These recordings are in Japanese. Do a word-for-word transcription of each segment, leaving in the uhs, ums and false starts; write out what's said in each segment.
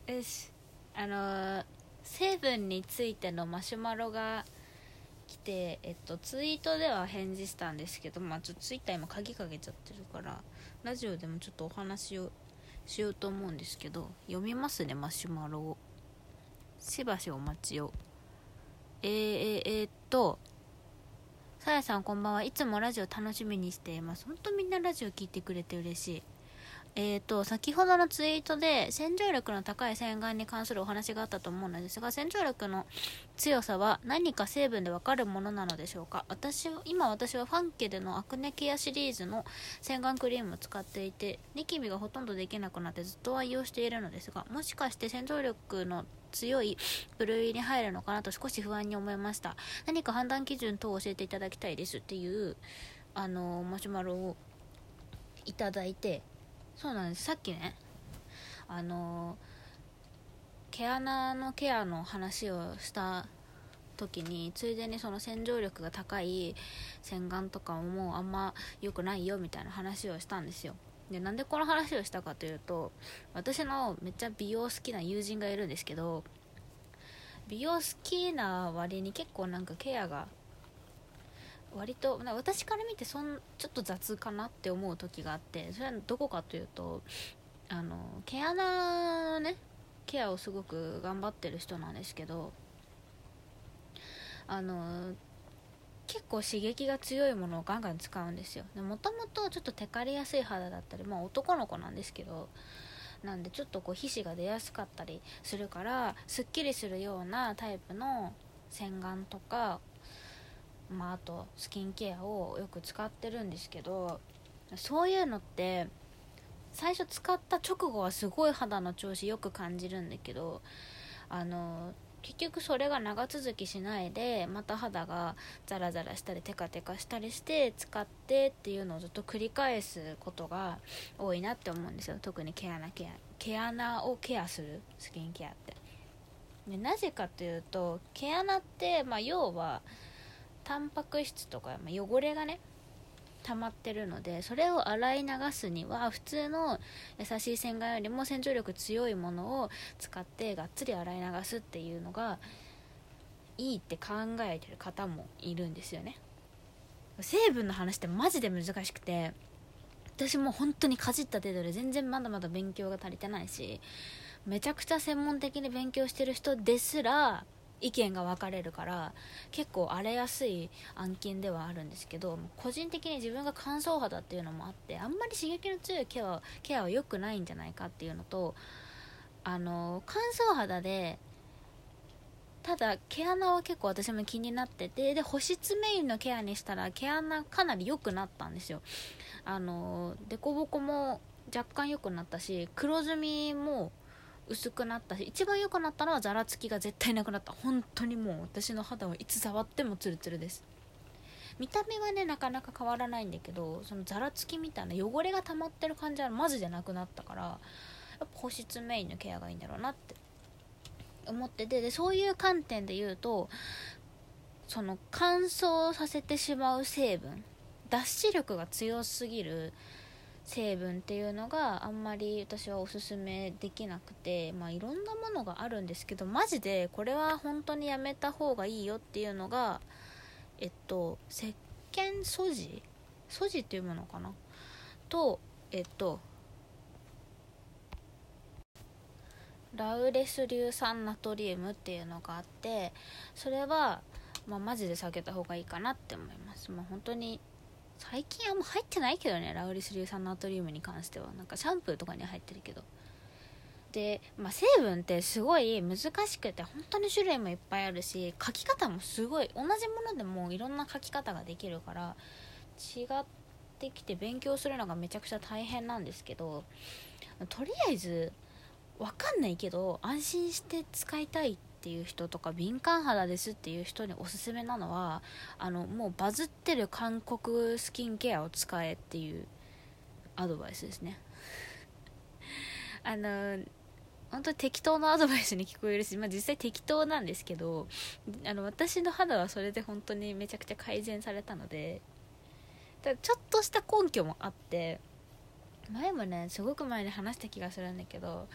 よし、あのー成分についてのマシュマロが来て、えっとツイートでは返事したんですけど、まあちょっとツイッター今鍵かけちゃってるからラジオでもちょっとお話をしようと思うんですけど、読みますね。マシュマロをしばしお待ちを。えー、えー、えー、っとさやさんこんばんは。いつもラジオ楽しみにしています。本当みんなラジオ聞いてくれて嬉しい。えーと、先ほどのツイートで洗浄力の高い洗顔に関するお話があったと思うのですが、洗浄力の強さは何か成分でわかるものなのでしょうか。私は今私はファンケでのアクネケアシリーズの洗顔クリームを使っていて、ニキビがほとんどできなくなってずっと愛用しているのですが、もしかして洗浄力の強い部類に入るのかなと少し不安に思いました。何か判断基準等を教えていただきたいですっていうあのマシュマロをいただいて、そうなんです。さっきね、あの毛穴のケアの話をした時に、ついでにその洗浄力が高い洗顔とかももうあんま良くないよみたいな話をしたんですよ。で、なんでこの話をしたかというと、私のめっちゃ美容好きな友人がいるんですけど、美容好きな割に結構なんかケアが割と私から見てそんちょっと雑かなって思う時があって、それはどこかというと、あの毛穴のねケアをすごく頑張ってる人なんですけど、あの結構刺激が強いものをガンガン使うんですよ。もともとちょっとテカりやすい肌だったり、まあ男の子なんですけど、なんでちょっとこう皮脂が出やすかったりするから、すっきりするようなタイプの洗顔とか、まあ、あとスキンケアをよく使ってるんですけど、そういうのって最初使った直後はすごい肌の調子よく感じるんだけど、あの結局それが長続きしないで、また肌がザラザラしたりテカテカしたりして使ってっていうのをずっと繰り返すことが多いなって思うんですよ。特に毛穴ケア毛穴をケアするスキンケアって。でなぜかというと、毛穴って、まあ、要はタンパク質とか、まあ、汚れがね溜まってるので、それを洗い流すには普通の優しい洗顔よりも洗浄力強いものを使ってがっつり洗い流すっていうのがいいって考えてる方もいるんですよね。成分の話ってマジで難しくて、私も本当にかじった程度で全然まだまだ勉強が足りてないし、めちゃくちゃ専門的に勉強してる人ですら意見が分かれるから、結構荒れやすい案件ではあるんですけど、個人的に自分が乾燥肌っていうのもあって、あんまり刺激の強いケアケアは良くないんじゃないかっていうのと、あの乾燥肌でただ毛穴は結構私も気になってて、で保湿メインのケアにしたら毛穴かなり良くなったんですよ。あのデコボコも若干良くなったし、黒ずみも薄くなったし、一番良くなったのはザラつきが絶対なくなった。本当にもう私の肌はいつ触ってもツルツルです。見た目はねなかなか変わらないんだけど、そのザラつきみたいな汚れが溜まってる感じはマジでなくなったから、やっぱ保湿メインのケアがいいんだろうなって思ってて、でそういう観点で言うと、その乾燥させてしまう成分、脱脂力が強すぎる成分っていうのがあんまり私はおすすめできなくて、まあいろんなものがあるんですけど、マジでこれは本当にやめた方がいいよっていうのが、えっと石鹸素地素地っていうものかなと、えっとラウレス硫酸ナトリウムっていうのがあって、それはまあマジで避けた方がいいかなって思います。まあ本当に最近あんま入ってないけどね、ラウレス硫酸ナトリウムに関しては。なんかシャンプーとかに入ってるけど。で、まあ、成分ってすごい難しくて、本当に種類もいっぱいあるし、書き方もすごい同じものでもいろんな書き方ができるから違ってきて勉強するのがめちゃくちゃ大変なんですけど、とりあえずわかんないけど安心して使いたいっていう人とか、敏感肌ですっていう人におすすめなのは、あのもうバズってる韓国スキンケアを使えっていうアドバイスですね。あの本当に適当なアドバイスに聞こえるし、まあ、実際適当なんですけど、あの私の肌はそれで本当にめちゃくちゃ改善されたので、ただちょっとした根拠もあって、前もねすごく前に話した気がするんだけど、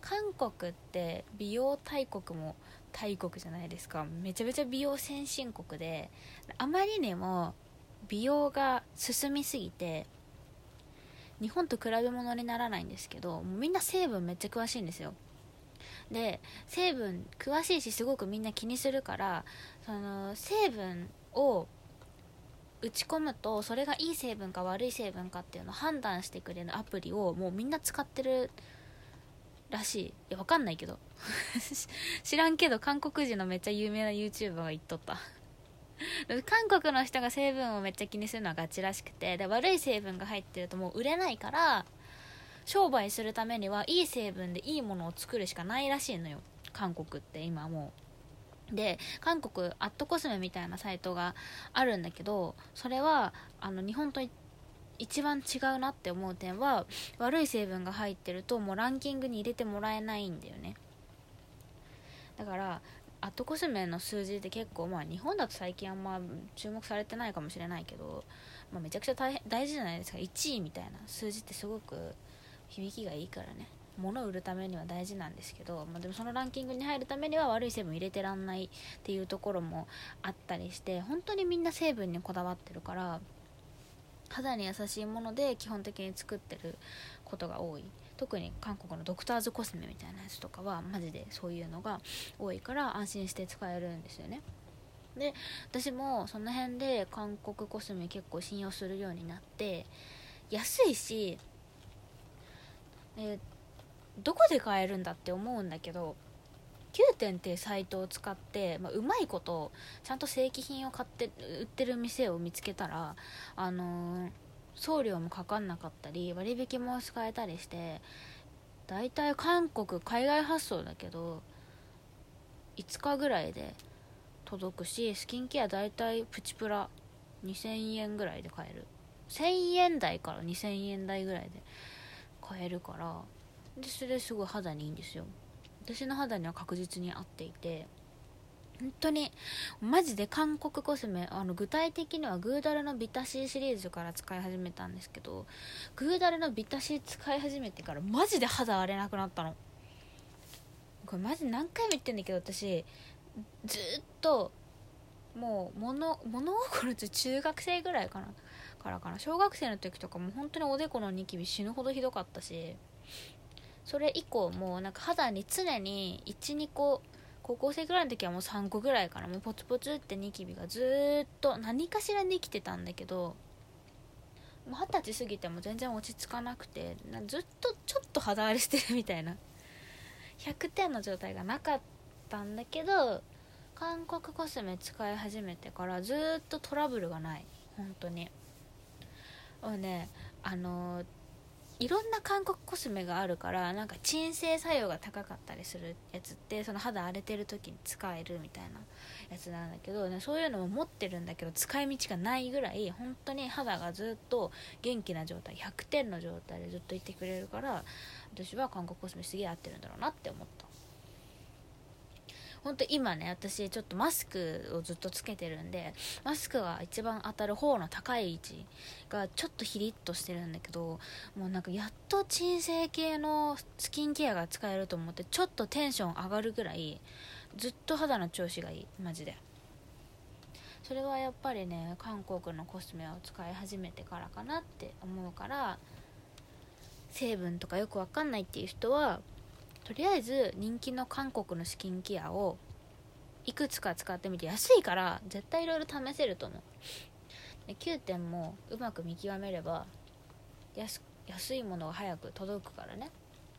韓国って美容大国も大国じゃないですか。めちゃめちゃ美容先進国で、あまりにも美容が進みすぎて日本と比べ物にならないんですけど、もうみんな成分めっちゃ詳しいんですよ。で成分詳しいし、すごくみんな気にするから、その成分を打ち込むとそれがいい成分か悪い成分かっていうのを判断してくれるアプリをもうみんな使ってるらしい。いやわかんないけど知らんけど、韓国人のめっちゃ有名な YouTuber が言っとった韓国の人が成分をめっちゃ気にするのはガチらしくて、で悪い成分が入ってるともう売れないから、商売するためにはいい成分でいいものを作るしかないらしいのよ、韓国って今もう。で韓国アットコスメみたいなサイトがあるんだけど、それはあの日本と一番違うなって思う点は、悪い成分が入ってるともうランキングに入れてもらえないんだよね。だからアットコスメの数字って結構、まあ日本だと最近あんま注目されてないかもしれないけど、まあ、めちゃくちゃ大変大事じゃないですか。いちいみたいな数字ってすごく響きがいいからね、物を売るためには大事なんですけど、まあ、でもそのランキングに入るためには悪い成分入れてらんないっていうところもあったりして、本当にみんな成分にこだわってるから、肌に優しいもので基本的に作ってることが多い。特に韓国のドクターズコスメみたいなやつとかはマジでそういうのが多いから安心して使えるんですよね。で私もその辺で韓国コスメ結構信用するようになって、安いし、えどこで買えるんだって思うんだけど、きゅうてんっていうサイトを使って、まあ、うまいことちゃんと正規品を買って売ってる店を見つけたら、あのー、送料もかかんなかったり割引も使えたりして、だいたい韓国海外発送だけどいつかぐらいで届くし、スキンケアだいたいプチプラにせんえんぐらいで買える。せんえん台からにせんえん台ぐらいで買えるから、でそれすごい肌にいいんですよ。私の肌には確実に合っていて、本当にマジで韓国コスメ、あの具体的にはグーダルのビタシーシリーズから使い始めたんですけど、グーダルのビタシー使い始めてからマジで肌荒れなくなったの。これマジ何回も言ってんだけど、私ずっともう物物心って中学生ぐらいかなからかな小学生の時とかも本当におでこのニキビ死ぬほどひどかったし、それ以降もうなんか肌に常に いち,に 個、高校生ぐらいの時はもうさんこぐらいからもうポツポツってニキビがずっと何かしらできてたんだけど、もう二十歳過ぎても全然落ち着かなくて、ずっとちょっと肌荒れしてるみたいなひゃくてんの状態がなかったんだけど、韓国コスメ使い始めてからずっとトラブルがない。本当にもうね、あのーいろんな韓国コスメがあるから、なんか鎮静作用が高かったりするやつって、その肌荒れてる時に使えるみたいなやつなんだけど、ね、そういうのも持ってるんだけど使い道がないぐらい本当に肌がずっと元気な状態、ひゃくてんの状態でずっといてくれるから、私は韓国コスメすげえ合ってるんだろうなって思った。本当今ね、私ちょっとマスクをずっとつけてるんで、マスクが一番当たる方の高い位置がちょっとヒリッとしてるんだけど、もうなんかやっと鎮静系のスキンケアが使えると思って、ちょっとテンション上がるぐらいずっと肌の調子がいい、マジで。それはやっぱりね、韓国のコスメを使い始めてからかなって思うから、成分とかよくわかんないっていう人はとりあえず人気の韓国のスキンケアをいくつか使ってみて、安いから絶対いろいろ試せると思う。できゅうてんもうまく見極めれば 安, 安いものが早く届くからね、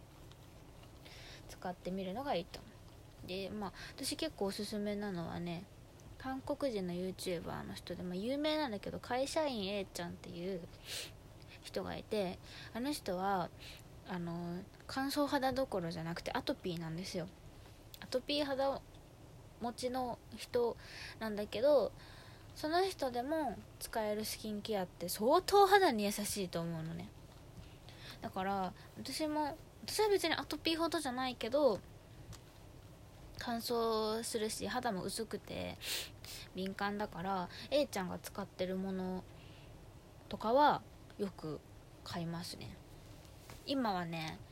使ってみるのがいいと思う。でまあ私結構おすすめなのはね、韓国人の YouTuber の人で、まあ、有名なんだけど会社員 A ちゃんっていう人がいて、あの人はあの乾燥肌どころじゃなくてアトピーなんですよ。アトピー肌持ちの人なんだけど、その人でも使えるスキンケアって相当肌に優しいと思うのね。だから私も私は別にアトピーほどじゃないけど乾燥するし肌も薄くて敏感だから、 A ちゃんが使ってるものとかはよく買いますね。今はね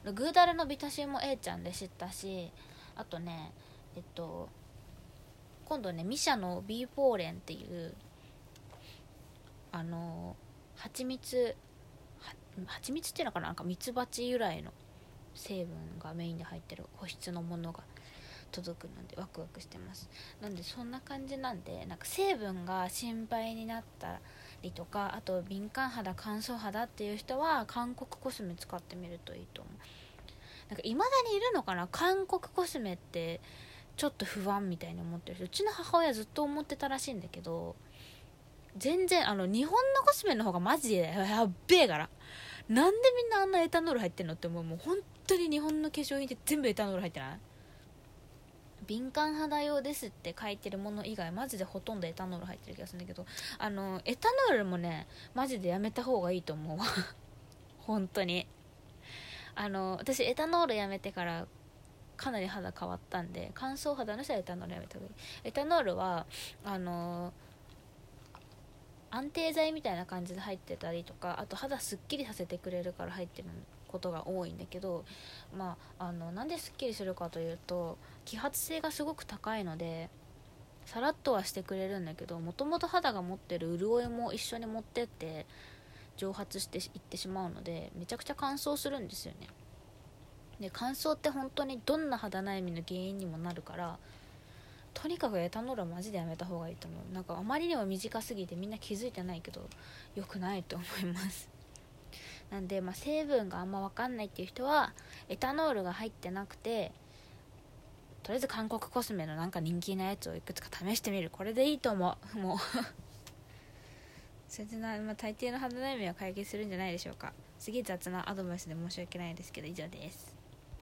グーダルのビタシンも A ちゃんで知ったし、あとねえっと今度ねミシャの B ポーレンっていうあの蜂蜜蜂蜜っていうのかな、なんか蜜蜂由来の成分がメインで入ってる保湿のものが届くのでワクワクしてます。なんでそんな感じなんで、なんか成分が心配になったりとか、あと敏感肌乾燥肌っていう人は韓国コスメ使ってみるといいと思う。なんか未だにいるのかな、韓国コスメってちょっと不安みたいに思ってる人。うちの母親ずっと思ってたらしいんだけど、全然あの日本のコスメの方がマジでやっべえから、なんでみんなあんなエタノール入ってんのって思う。もう本当に日本の化粧品って全部エタノール入ってない？敏感肌用ですって書いてるもの以外マジでほとんどエタノール入ってる気がするんだけど、あのエタノールもねマジでやめた方がいいと思う本当に。あの私エタノールやめてからかなり肌変わったんで、乾燥肌の人はエタノールやめた方がいい。エタノールはあの安定剤みたいな感じで入ってたりとか、あと肌すっきりさせてくれるから入ってることが多いんだけど、まあ、あのなんですっきりするかというと揮発性がすごく高いのでさらっとはしてくれるんだけど、もともと肌が持ってる潤いも一緒に持ってって蒸発していってしまうのでめちゃくちゃ乾燥するんですよね。で乾燥って本当にどんな肌悩みの原因にもなるから、とにかくエタノールはマジでやめた方がいいと思う。なんかあまりにも短すぎてみんな気づいてないけど良くないと思いますなんで、まあ、成分があんま分かんないっていう人はエタノールが入ってなくて、とりあえず韓国コスメのなんか人気なやつをいくつか試してみる、これでいいと思う。もうそれでな、まあ、大抵の肌悩みは解決するんじゃないでしょうか。すげえ雑なアドバイスで申し訳ないですけど以上です。